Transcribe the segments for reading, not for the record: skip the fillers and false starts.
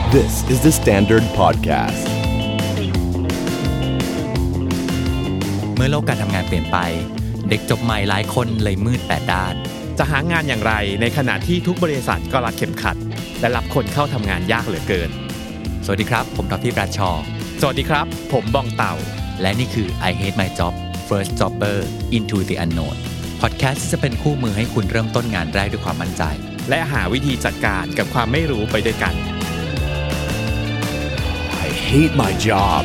This is the Standard Podcast. เมื่อโลกการทำงานเปลี่ยนไปเด็กจบใหม่หลายคนเลยมืดแปดด้านจะหางานอย่างไรในขณะที่ทุกบริษัทก็รัดเข็มขัดและรับคนเข้าทำงานยากเหลือเกินสวัสดีครับผมท็อปปี้ปราชอสวัสดีครับผมบองเต่าและนี่คือ I Hate My Job First Jobber Into the Unknown พอดแคสต์ที่จะเป็นคู่มือให้คุณเริ่มต้นงานแรกด้วยความมั่นใจและหาวิธีจัดการกับความไม่รู้ไปด้วยกัน I hate my job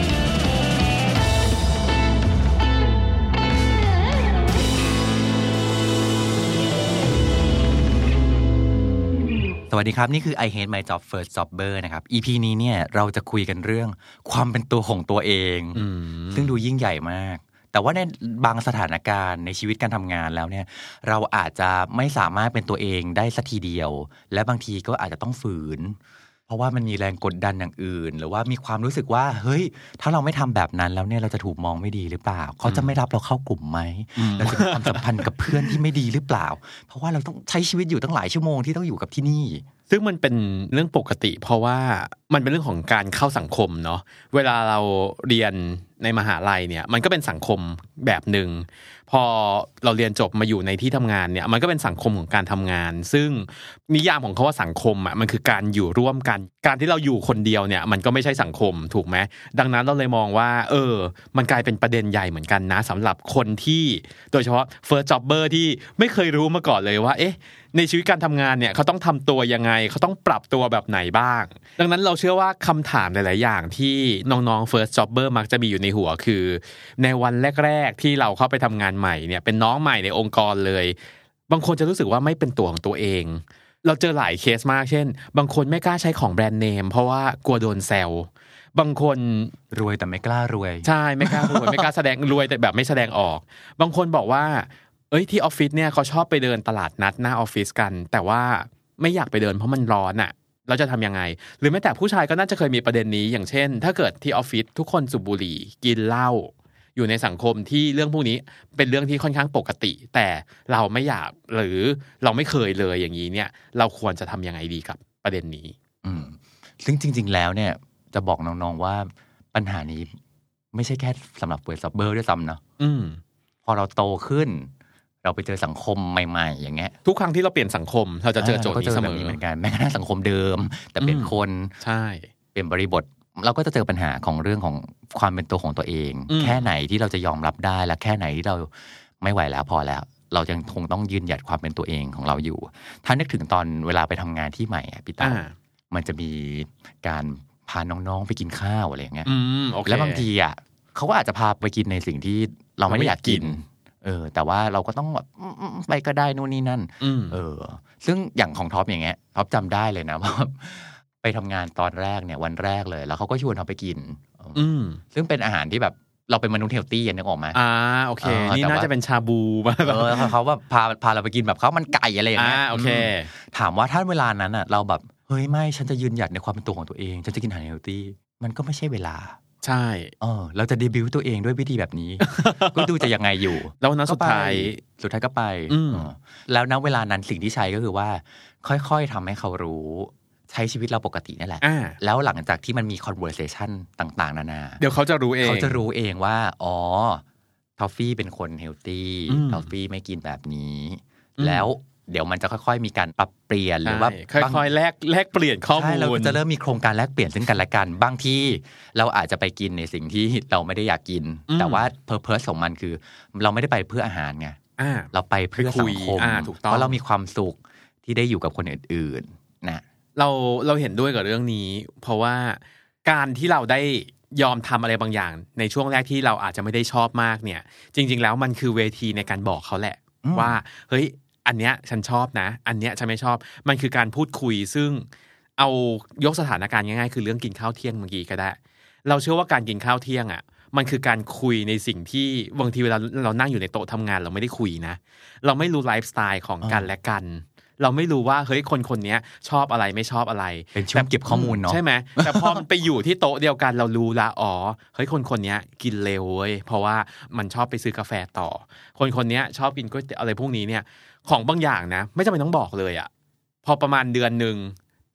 สวัสดีครับนี่คือ I Hate My Job First Jobber นะครับ EP นี้เนี่ยเราจะคุยกันเรื่องความเป็นตัวของตัวเองซึ่งดูยิ่งใหญ่มากแต่ว่าในบางสถานการณ์ในชีวิตการทำงานแล้วเนี่ยเราอาจจะไม่สามารถเป็นตัวเองได้สักทีเดียวและบางทีก็อาจจะต้องฝืนเพราะว่ามันมีแรงกดดันอย่างอื่นหรือว่ามีความรู้สึกว่าเฮ้ยถ้าเราไม่ทำแบบนั้นแล้วเนี่ยเราจะถูกมองไม่ดีหรือเปล่าเขาจะไม่รับเราเข้ากลุ่มไหมเราจะมีความสัมพันธ์กับเพื่อนที่ไม่ดีหรือเปล่าเพราะว่าเราต้องใช้ชีวิตอยู่ตั้งหลายชั่วโมงที่ต้องอยู่กับที่นี่ซึ่งมันเป็นเรื่องปกติเพราะว่ามันเป็นเรื่องของการเข้าสังคมเนาะเวลาเราเรียนในมหาลัยเนี่ยมันก็เป็นสังคมแบบนึงพอเราเรียนจบมาอยู่ในที่ทำงานเนี่ยมันก็เป็นสังคมของการทำงานซึ่งนิยามของเขาว่าสังคมอ่ะมันคือการอยู่ร่วมกันการที่เราอยู่คนเดียวเนี่ยมันก็ไม่ใช่สังคมถูกไหมดังนั้นเราเลยมองว่ามันกลายเป็นประเด็นใหญ่เหมือนกันนะสำหรับคนที่โดยเฉพาะ first jobber ที่ไม่เคยรู้มาก่อนเลยว่าในชีวิตการทำงานเนี่ยเขาต้องทำตัวยังไงเขาต้องปรับตัวแบบไหนบ้างดังนั้นเราเชื่อว่าคำถามหลายๆอย่างที่น้องๆ first jobber มักจะมีอยู่ในหัวคือในวันแรกๆที่เราเข้าไปทำงานใหม่เนี่ยเป็นน้องใหม่ในองค์กรเลยบางคนจะรู้สึกว่าไม่เป็นตัวของตัวเองเราเจอหลายเคสมากเช่นบางคนไม่กล้าใช้ของแบรนด์เนมเพราะว่ากลัวโดนแซวบางคนรวยแต่ไม่กล้ารวยใช่ไม่กล้ารวย ไม่กล้าแสดงรวยแต่แบบไม่แสดงออกบางคนบอกว่าที่ออฟฟิศเนี่ยเขาชอบไปเดินตลาดนัดหน้าออฟฟิศกันแต่ว่าไม่อยากไปเดินเพราะมันร้อนอ่ะเราจะทำยังไงหรือแม้แต่ผู้ชายก็น่าจะเคยมีประเด็นนี้อย่างเช่นถ้าเกิดที่ออฟฟิศทุกคนสูบบุหรี่กินเหล้าอยู่ในสังคมที่เรื่องพวกนี้เป็นเรื่องที่ค่อนข้างปกติแต่เราไม่อยากหรือเราไม่เคยเลยอย่างนี้เนี่ยเราควรจะทำยังไงดีกับประเด็นนี้ซึ่งจริงๆแล้วเนี่ยจะบอกน้องๆว่าปัญหานี้ไม่ใช่แค่สำหรับfirst jobberด้วยซ้ำเนาะพอเราโตขึ้นเราไปเจอสังคมใหม่ๆอย่างเงี้ยทุกครั้งที่เราเปลี่ยนสังคมเราจะเจอโจทย์นี้เสมอเหมือนกันแม้กระทั่งสังคมเดิมแต่เป็นคนใช่เปลี่ยนบริบทเราก็จะเจอปัญหาของเรื่องของความเป็นตัวของตัวเองแค่ไหนที่เราจะยอมรับได้และแค่ไหนที่เราไม่ไหวแล้วพอแล้วเรายังคงต้องยืนหยัดความเป็นตัวเองของเราอยู่ถ้านึกถึงตอนเวลาไปทำงานที่ใหม่พี่ตามันจะมีการพาน้องๆไปกินข้าวอะไรอย่างเงี้ยแล้วบางทีเขาก็อาจจะพาไปกินในสิ่งที่เราไม่ได้อยากกินแต่ว่าเราก็ต้องแบบไปก็ได้นู่นนี่นั่นซึ่งอย่างของท็อปอย่างเงี้ยท็อปจำได้เลยนะว่าไปทำงานตอนแรกเนี่ยวันแรกเลยแล้วเขาก็ชวนเราไปกินซึ่งเป็นอาหารที่แบบเราเป็นมนุษย์เฮลตี้นึกออกไหมโอเคนี่น่าจะเป็นชาบูมาเขาแบบพาเราไปกินแบบข้าวมันไก่อะไรอย่างเงี้ยโอเคถามว่าถ้าเวลานั้นเราแบบเฮ้ยไม่ฉันจะยืนหยัดในความเป็นตัวของตัวเองฉันจะกินอาหารเฮลตี้มันก็ไม่ใช่เวลาใช่เราจะเดบิวต์ตัวเองด้วยวิธีแบบนี้ ก็ดูจะยังไงอยู่แล้วนั้นสุดท้ายก็ไปแล้วณเวลานั้นสิ่งที่ใช้ก็คือว่าค่อยๆทำให้เขารู้ใช้ชีวิตเราปกตินี่แหละแล้วหลังจากที่มันมี conversation ต่างๆนานาเดี๋ยวเขาจะรู้เองว่าทอฟฟี่เป็นคนเฮลตี้ทอฟฟี่ไม่กินแบบนี้แล้วเดี๋ยวมันจะค่อยๆมีการปรับเปลี่ยนหรือว่าค่อยๆแลกเปลี่ยนข้อมูลเราจะเริ่มมีโครงการแลกเปลี่ยนซึ่งกันและกันบางที่เราอาจจะไปกินในสิ่งที่เราไม่ได้อยากกินแต่ว่า purpose ของมันคือเราไม่ได้ไปเพื่ออาหารไงเราไปเพื่อสังคมเพราะเรามีความสุขที่ได้อยู่กับคนอื่นๆนะเราเห็นด้วยกับเรื่องนี้เพราะว่าการที่เราได้ยอมทำอะไรบางอย่างในช่วงแรกที่เราอาจจะไม่ได้ชอบมากเนี่ยจริงๆแล้วมันคือเวทีในการบอกเขาแหละว่าเฮ้ยอันเนี้ยฉันชอบนะอันเนี้ยฉันไม่ชอบมันคือการพูดคุยซึ่งเอายกสถานการณ์ง่ายๆคือเรื่องกินข้าวเที่ยงเมื่อกี้ก็ได้เราเชื่อว่าการกินข้าวเที่ยงมันคือการคุยในสิ่งที่บางทีเวลาเรานั่งอยู่ในโต๊ะทำงานเราไม่ได้คุยนะเราไม่รู้ไลฟ์สไตล์ของกันและกันเราไม่รู้ว่าเฮ้ยคนนี้ชอบอะไรไม่ชอบอะไรเป็นช่วงเก็บข้อมูลเนาะใช่ไหมแต่พอมันไปอยู่ที่โต๊ะเดียวกันเรารู้ละเฮ้ยคนนี้กินเร็วเว้ยเพราะว่ามันชอบไปซื้อกาแฟต่อคนนี้ชอบกินก๋วยเตี๋ยวอะไรพวกนี้เนี่ยของบางอย่างนะไม่จำเป็นต้องบอกเลยพอประมาณเดือนนึง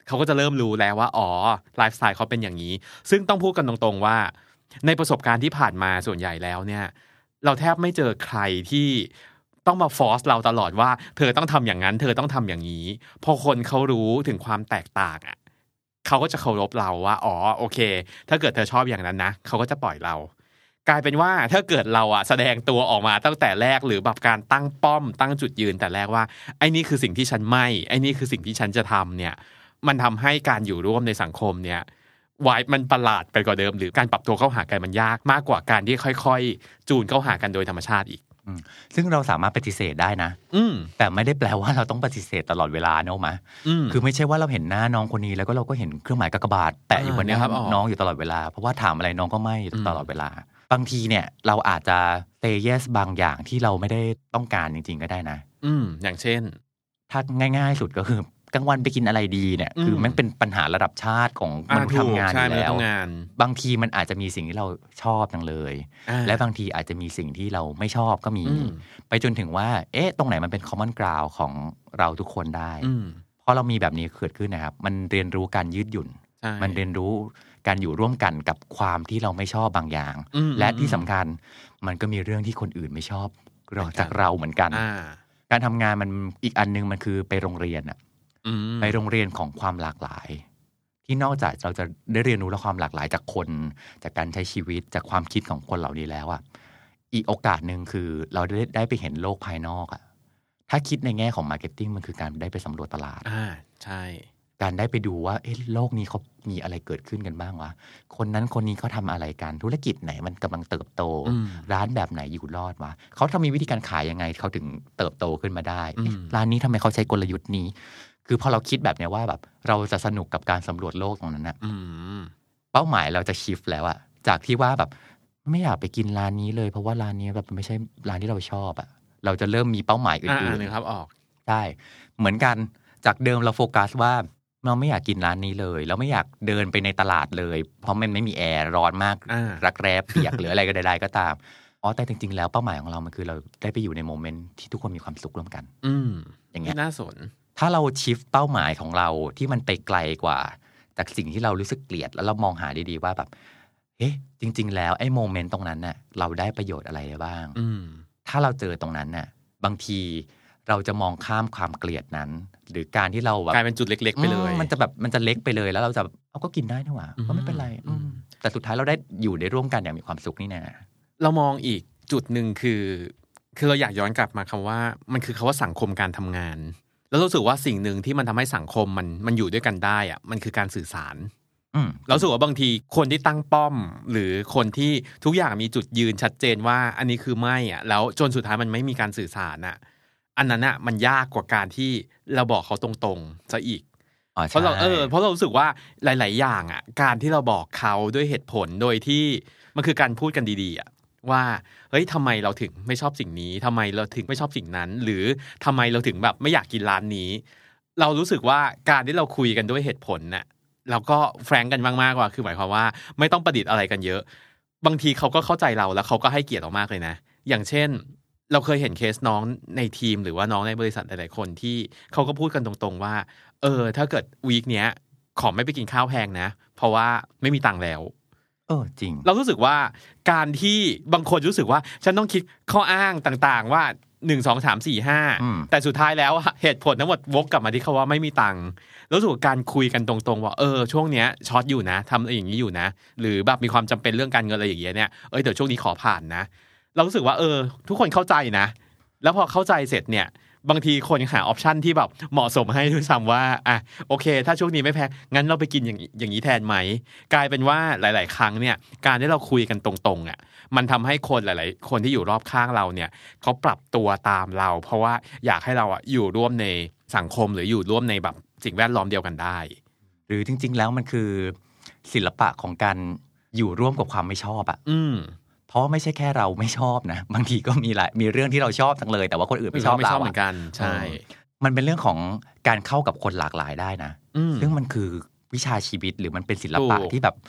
เขาก็จะเริ่มรู้แล้วว่าอ๋อไลฟ์สไตล์เขาเป็นอย่างนี้ซึ่งต้องพูดกันตรงๆว่าในประสบการณ์ที่ผ่านมาส่วนใหญ่แล้วเนี่ยเราแทบไม่เจอใครที่ต้องมาฟอร์สเราตลอดว่าเธอต้องทำอย่างนั้นเธอต้องทำอย่างนี้พอคนเขารู้ถึงความแตกต่างอ่ะเขาก็จะเคารพเราว่าอ๋อโอเคถ้าเกิดเธอชอบอย่างนั้นนะเขาก็จะปล่อยเรากลายเป็นว่าถ้าเกิดเราอ่ะแสดงตัวออกมาตั้งแต่แรกหรือแบบการตั้งป้อมตั้งจุดยืนแต่แรกว่าไอ้นี่คือสิ่งที่ฉันไม่ไอ้นี่คือสิ่งที่ฉันจะทำเนี่ยมันทำให้การอยู่ร่วมในสังคมเนี่ยวายมันประหลาดไปกว่าเดิมหรือการปรับตัวเข้าหากันมันยากมากกว่าการที่ค่อยๆจูนเข้าหากันโดยธรรมชาติอีกซึ่งเราสามารถปฏิเสธได้นะแต่ไม่ได้แปลว่าเราต้องปฏิเสธตลอดเวลาเนอะมะคือไม่ใช่ว่าเราเห็นหน้าน้องคนนี้แล้วก็เราก็เห็นเครื่องหมายกากบาทแปะอยู่บนนี้ครับน้องอยู่ตลอดเวลาเพราะว่าถามอะไรน้องก็ไม่ตลอดเวลาบางทีเนี่ยเราอาจจะ say yes บางอย่างที่เราไม่ได้ต้องการจริงๆก็ได้นะอย่างเช่นถ้าง่ายๆสุดก็คือกลางวันไปกินอะไรดีเนี่ยคือมันเป็นปัญหาระดับชาติของมนุษย์ทำงานอยู่แล้วบางทีมันอาจจะมีสิ่งที่เราชอบจังเลยและบางทีอาจจะมีสิ่งที่เราไม่ชอบก็มีไปจนถึงว่าตรงไหนมันเป็น common ground ของเราทุกคนได้เพราะเรามีแบบนี้เกิดขึ้นนะครับมันเรียนรู้การยืดหยุ่นมันเรียนรู้การอยู่ร่วมกันกับความที่เราไม่ชอบบางอย่างและที่สำคัญมันก็มีเรื่องที่คนอื่นไม่ชอบจากเราเหมือนกันการทำงานมันอีกอันนึงมันคือไปโรงเรียนอะไปโรงเรียนของความหลากหลายที่นอกจากเราจะได้เรียนรู้และความหลากหลายจากคนจากการใช้ชีวิตจากความคิดของคนเหล่านี้แล้วอ่ะอีกโอกาสนึงคือเราได้ไปเห็นโลกภายนอกอ่ะถ้าคิดในแง่ของมาร์เก็ตติ้งมันคือการได้ไปสำรวจตลาดใช่การได้ไปดูว่าโลกนี้เขามีอะไรเกิดขึ้นกันบ้างวะคนนั้นคนนี้เขาทำอะไรกันธุรกิจไหนมันกำลังเติบโตร้านแบบไหนอยู่รอดวะเขาทำมีวิธีการขายยังไงเขาถึงเติบโตขึ้นมาได้ร้านนี้ทำไมเขาใช้กลยุทธ์นี้คือพอเราคิดแบบนี้ว่าแบบเราจะสนุกกับการสำรวจโลกตรงนั้นนะเป้าหมายเราจะชิฟแล้วอะจากที่ว่าแบบไม่อยากไปกินร้านนี้เลยเพราะว่าร้านนี้แบบไม่ใช่ร้านที่เราชอบอะเราจะเริ่มมีเป้าหมายอื่นๆครับออกใช่เหมือนกันจากเดิมเราโฟกัสว่าเราไม่อยากกินร้านนี้เลยเราไม่อยากเดินไปในตลาดเลยเพราะมันไม่มีแอร์ร้อนมากรักแร้เปียกหรืออะไรก็ใดๆก็ตามแต่จริงๆแล้วเป้าหมายของเรามันคือเราได้ไปอยู่ในโมเมนต์ที่ทุกคนมีความสุขร่วมกันอย่างเงี้ยน่าสนถ้าเราชิฟเป้าหมายของเราที่มันไปไกลกว่าจากสิ่งที่เรารู้สึกเกลียดแล้วเรามองหาดีๆว่าแบบจริงๆแล้วไอ้โมเมนต์ตรงนั้นน่ะเราได้ประโยชน์อะไรได้บ้างถ้าเราเจอตรงนั้นน่ะบางทีเราจะมองข้ามความเกลียดนั้นหรือการที่เราแบบกลายเป็นจุดเล็กๆไปเลยมันจะเล็กไปเลยแล้วเราจะเอาก็กินได้นี่หว่าก็ไม่เป็นไรแต่สุดท้ายเราได้อยู่ได้ร่วมกันอย่างมีความสุขนี่นะเรามองอีกจุดนึงคือเราอยากย้อนกลับมาคำว่ามันคือคำว่าสังคมการทำงานแล้วรู้สึกว่าสิ่งหนึ่งที่มันทำให้สังคมมันอยู่ด้วยกันได้อะมันคือการสื่อสารเรารู้สึกว่าบางทีคนที่ตั้งป้อมหรือคนที่ทุกอย่างมีจุดยืนชัดเจนว่าอันนี้คือไม่อ่ะแล้วจนสุดท้ายมันไม่มีการสื่อสารอ่ะอันนั้นอ่ะมันยากกว่าการที่เราบอกเขาตรงๆซะอีกเพราะเรารู้สึกว่าหลายๆอย่างอ่ะการที่เราบอกเขาด้วยเหตุผลโดยที่มันคือการพูดกันดีๆอ่ะว่าเฮ้ยทำไมเราถึงไม่ชอบสิ่งนี้ทำไมเราถึงไม่ชอบสิ่งนั้นหรือทำไมเราถึงแบบไม่อยากกินร้านนี้เรารู้สึกว่าการที่เราคุยกันด้วยเหตุผลน่ะเราก็แฟรงก์กันมากๆกว่าคือหมายความว่าไม่ต้องประดิษฐ์อะไรกันเยอะบางทีเขาก็เข้าใจเราแล้วเขาก็ให้เกียรติเรามากเลยนะอย่างเช่นเราเคยเห็นเคสน้องในทีมหรือว่าน้องในบริษัทหลายๆคนที่เขาก็พูดกันตรงๆว่าถ้าเกิดวีคเนี้ยขอไม่ไปกินข้าวแพงนะเพราะว่าไม่มีตังค์แล้วจริงเรารู้สึกว่าการที่บางคนรู้สึกว่าฉันต้องคิดข้ออ้างต่างๆว่า1 2 3 4 5แต่สุดท้ายแล้วเหตุผลทั้งหมดวกกลับมาที่เขาว่าไม่มีตังค์รู้สึกการคุยกันตรงๆว่าช่วงเนี้ยช็อตอยู่นะทำอะไรอย่างนี้อยู่นะหรือแบบมีความจำเป็นเรื่องการเงินอะไรอย่างเงี้ยเนี่ยเดี๋ยวช่วงนี้ขอผ่านนะเรารู้สึกว่าทุกคนเข้าใจนะแล้วพอเข้าใจเสร็จเนี่ยบางทีคนหาออปชันที่แบบเหมาะสมให้ด้วยซ้ำว่าโอเคถ้าช่วงนี้ไม่แพงงั้นเราไปกินอย่างนี้แทนไหมกลายเป็นว่าหลายๆครั้งเนี่ยการที่เราคุยกันตรงๆมันทำให้คนหลายๆคนที่อยู่รอบข้างเราเนี่ยเขาปรับตัวตามเราเพราะว่าอยากให้เราอยู่ร่วมในสังคมหรืออยู่ร่วมในแบบสิ่งแวดล้อมเดียวกันได้หรือจริงๆแล้วมันคือศิลปะของการอยู่ร่วมกับความไม่ชอบเพราะไม่ใช่แค่เราไม่ชอบนะบางทีก็มีเรื่องที่เราชอบจังเลยแต่ว่าคนอื่นไม่ชอบเราเหมือนกันใช่มันเป็นเรื่องของการเข้ากับคนหลากหลายได้นะซึ่งมันคือวิชาชีวิตหรือมันเป็นศิลปะที่แบบโห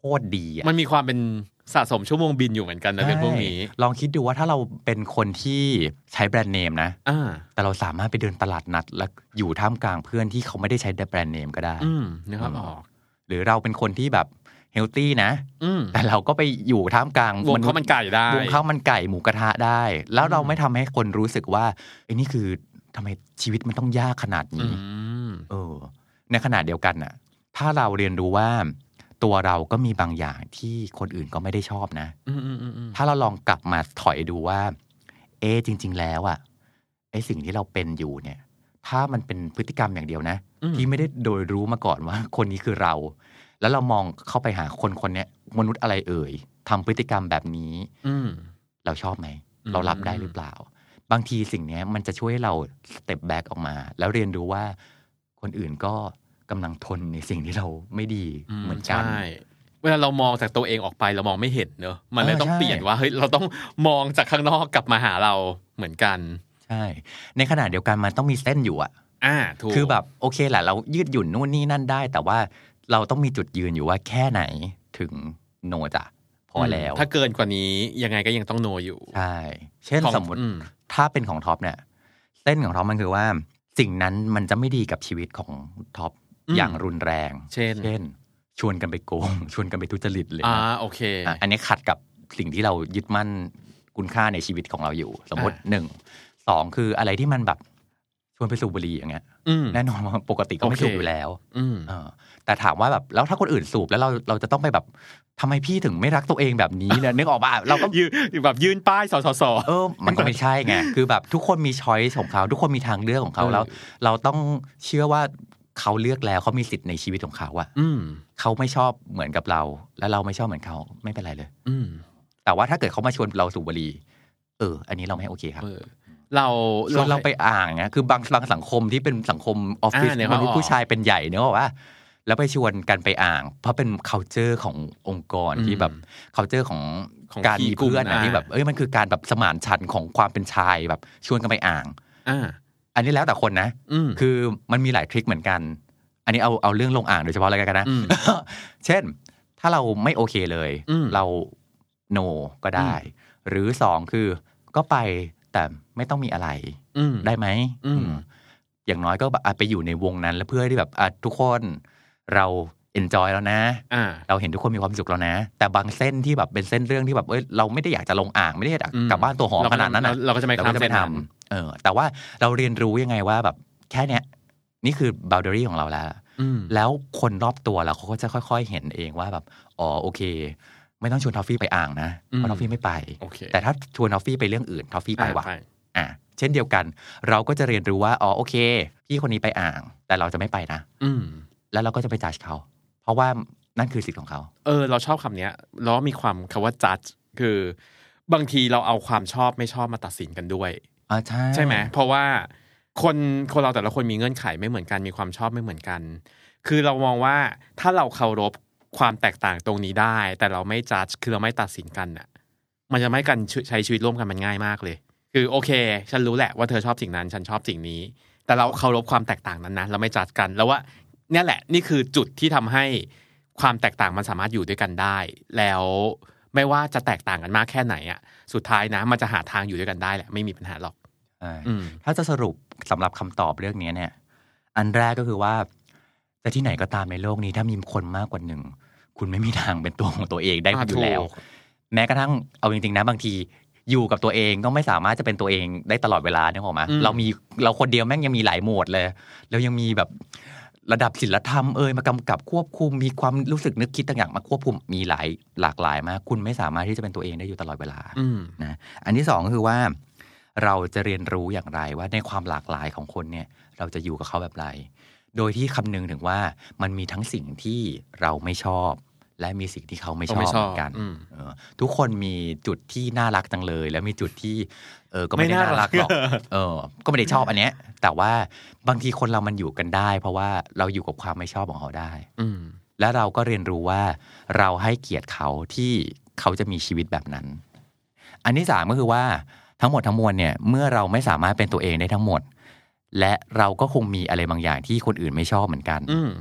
ตรดีอ่ะมันมีความเป็นสะสมชั่วโมงบินอยู่เหมือนกันนะเรื่องพวกนี้ลองคิดดูว่าถ้าเราเป็นคนที่ใช้แบรนด์เนมนะแต่เราสามารถไปเดินตลาดนัดแล้วอยู่ท่ามกลางเพื่อนที่เขาไม่ได้ใช้แบรนด์เนมก็ได้นะครับออกหรือเราเป็นคนที่แบบเฮลตี้นะแต่เราก็ไปอยู่ท่ามกลางวงข้าวมันไก่ได้วงข้าวมันไก่หมูกระทะได้แล้วเราไม่ทำให้คนรู้สึกว่าไอ้นี่คือทำไมชีวิตมันต้องยากขนาดนี้ในขณะเดียวกันน่ะถ้าเราเรียนรู้ว่าตัวเราก็มีบางอย่างที่คนอื่นก็ไม่ได้ชอบนะถ้าเราลองกลับมาถอยดูว่าจริงๆแล้วอ่ะไอ้สิ่งที่เราเป็นอยู่เนี่ยถ้ามันเป็นพฤติกรรมอย่างเดียวนะที่ไม่ได้โดยรู้มาก่อนว่าคนนี้คือเราแล้วเรามองเข้าไปหาคนนี้มนุษย์อะไรเอ่ยทำพฤติกรรมแบบนี้เราชอบไหมเรารับได้หรือเปล่าบางทีสิ่งนี้มันจะช่วยให้เราสเต็ปแบ็กออกมาแล้วเรียนรู้ว่าคนอื่นก็กำลังทนในสิ่งที่เราไม่ดีเหมือนกันเวลาเรามองจากตัวเองออกไปเรามองไม่เห็นเนอะมันเลยต้องเปลี่ยนว่าเฮ้ยเราต้องมองจากข้างนอกกลับมาหาเราเหมือนกันใช่ในขณะเดียวกันมันต้องมีเส้นอยู่อ่ะถูกคือแบบโอเคแหละเรายืดหยุ่นนู่นนี่นั่นได้แต่ว่าเราต้องมีจุดยืนอยู่ว่าแค่ไหนถึงโนจ้ะพอแล้วถ้าเกินกว่านี้ยังไงก็ยังต้องโนอยู่ใช่เช่นสมมติถ้าเป็นของท็อปเนี่ยเส้นของท็อปมันคือว่าสิ่งนั้นมันจะไม่ดีกับชีวิตของท็อปอย่างรุนแรงเช่นชวนกันไปโกงชวนกันไปทุจริตเลยโอเคอันนี้ขัดกับสิ่งที่เรายึดมั่นคุณค่าในชีวิตของเราอยู่สมมติ1 2คืออะไรที่มันแบบชวนไปสูบบุหรี่อย่างเงี้ยแน่นอนว่าปกติก็ไม่สูบอยู่แล้วแต่ถามว่าแบบแล้วถ้าคนอื่นสูบแล้วเราจะต้องไปแบบทำไมพี่ถึงไม่รักตัวเองแบบนี้เนี่ยนึกออกป่ะเราก็แบบยื่นป้ายสสมันก็ไม่ใช่ไงคือแบบทุกคนมีช้อยส์ของเขาทุกคนมีทางเลือกของเขาแล้วเราต้องเชื่อว่าเขาเลือกแล้วเขามีสิทธิ์ในชีวิตของเขาอะเขาไม่ชอบเหมือนกับเราแล้วเราไม่ชอบเหมือนเขาไม่เป็นไรเลยแต่ว่าถ้าเกิดเขามาชวนเราสูบบุหรี่อันนี้เราไม่โอเคครับเราชวนเราไปอ่างเนี่ยคือบางสังคมที่เป็นสังคมออฟฟิศมนุษย์ผู้ชายเป็นใหญ่เนอะว่าแล้วไปชวนกันไปอ่างเพราะเป็น culture ขององค์กรที่แบบ culture ของการมีเพื่อนที่แบบมันคือการแบบสมานฉันท์ของความเป็นชายแบบชวนกันไปอ่างอันนี้แล้วแต่คนนะคือมันมีหลายทริคเหมือนกันอันนี้เอาเรื่องลงอ่างโดยเฉพาะอะไรกันนะเช่นถ้าเราไม่โอเคเลยเราโนก็ได้หรือ2คือก็ไปแต่ไม่ต้องมีอะไรได้ไหมอย่างน้อยก็ไปอยู่ในวงนั้นแล้วเพื่อที่แบบทุกคนเราเอนจอยแล้วนะเราเห็นทุกคนมีความสุขแล้วนะแต่บางเส้นที่แบบเป็นเส้นเรื่องที่แบบเราไม่ได้อยากจะลงอ่างไม่ได้อยากกลับบ้านตัวหอมขนาดนั้นนะเราก็จะไม่ทำแต่ว่าเราเรียนรู้ยังไงว่าแบบแค่เนี้ยนี่คือ boundary ของเราแล้วคนรอบตัวเราเขาก็จะค่อยๆเห็นเองว่าแบบโอเคไม่ต้องชวนทอฟฟี่ไปอ่างนะเพราะทอฟฟี่ไม่ไปแต่ถ้าชวนทอฟฟี่ไปเรื่องอื่นทอฟฟี่ไปว่ะเช่นเดียวกันเราก็จะเรียนรู้ว่าโอเคพี่คนนี้ไปอ่างแต่เราจะไม่ไปนะแล้วเราก็จะไปจัดเขาเพราะว่านั่นคือสิทธิ์ของเขาเราชอบคำนี้แล้วมีความคำว่าจัดคือบางทีเราเอาความชอบไม่ชอบมาตัดสินกันด้วยใช่ไหมเพราะว่าคนเราแต่ละคนมีเงื่อนไขไม่เหมือนกันมีความชอบไม่เหมือนกันคือเรามองว่าถ้าเราเคารพความแตกต่างตรงนี้ได้แต่เราไม่จัดคือเราไม่ตัดสินกันน่ะมันจะไม่กันใช้ชีวิตร่วมกันมันง่ายมากเลยคือโอเคฉันรู้แหละว่าเธอชอบสิ่งนั้นฉันชอบสิ่งนี้แต่เราเคารพความแตกต่างนั้นนะเราไม่จัดกันแล้วว่าเนี่ยแหละนี่คือจุดที่ทำให้ความแตกต่างมันสามารถอยู่ด้วยกันได้แล้วไม่ว่าจะแตกต่างกันมากแค่ไหนอ่ะสุดท้ายนะมันจะหาทางอยู่ด้วยกันได้แหละไม่มีปัญหาหรอกถ้าจะสรุปสำหรับคำตอบเรื่องนี้เนี่ยอันแรกก็คือว่าแต่ที่ไหนก็ตามในโลกนี้ถ้ามีคนมากกว่าหนึ่งคุณไม่มีทางเป็นตัวของตัวเองได้อยู่แล้วแม้กระทั่งเอาจริงๆนะบางทีอยู่กับตัวเองก็ไม่สามารถจะเป็นตัวเองได้ตลอดเวลาเนี่ยหรอมะเราคนเดียวแม่งยังมีหลายโหมดเลยแล้วยังมีแบบระดับศีลธรรมมากำกับควบคุมมีความรู้สึกนึกคิดต่างๆมาควบคุมมีหลากหลายมากคุณไม่สามารถที่จะเป็นตัวเองได้อยู่ตลอดเวลานะอันที่2ก็คือว่าเราจะเรียนรู้อย่างไรว่าในความหลากหลายของคนเนี่ยเราจะอยู่กับเขาแบบไรโดยที่คำนึงถึงว่ามันมีทั้งสิ่งที่เราไม่ชอบและมีสิ่งที่เขาไม่ชอบเหมือนกันทุกคนมีจุดที่น่ารักจังเลยแล้วมีจุดที่ก็ไม่ได้น่ารักหรอกก็ไม่ได้ชอบอันเนี้ยแต่ว่าบางทีคนเรามันอยู่กันได้เพราะว่าเราอยู่กับความไม่ชอบของเขาได้และเราก็เรียนรู้ว่าเราให้เกียรติเขาที่เขาจะมีชีวิตแบบนั้นอันที่3ก็คือว่าทั้งหมดทั้งมวลเนี่ยเมื่อเราไม่สามารถเป็นตัวเองได้ทั้งหมดและเราก็คงมีอะไรบางอย่างที่คนอื่นไม่ชอบเหมือนกัน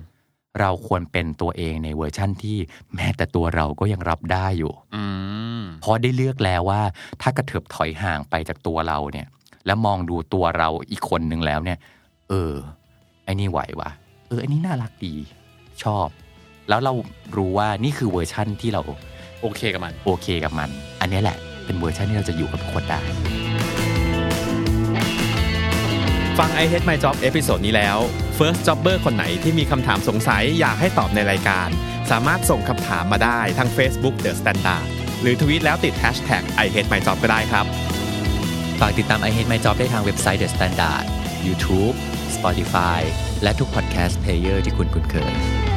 เราควรเป็นตัวเองในเวอร์ชั่นที่แม้แต่ตัวเราก็ยังรับได้อยู่เพราะได้เลือกแล้วว่าถ้ากระเถิบถอยห่างไปจากตัวเราเนี่ยแล้วมองดูตัวเราอีกคนนึงแล้วเนี่ยไอ้นี่ไหววะไอ้นี่น่ารักดีชอบแล้วเรารู้ว่านี่คือเวอร์ชั่นที่เราโอเคกับมันอันนี้แหละเป็นเวอร์ชันที่เราจะอยู่กับทุกคนได้ฟัง I Hate My Job เอพิโซดนี้แล้ว First Jobber คนไหนที่มีคำถามสงสัยอยากให้ตอบในรายการสามารถส่งคำถามมาได้ทาง Facebook The Standard หรือทวีตแล้วติด Hashtag I Hate My Job ก็ได้ครับฝากติดตาม I Hate My Job ได้ทางเว็บไซต์ The Standard YouTube Spotify และทุก Podcast Player ที่คุณคุ้นเคย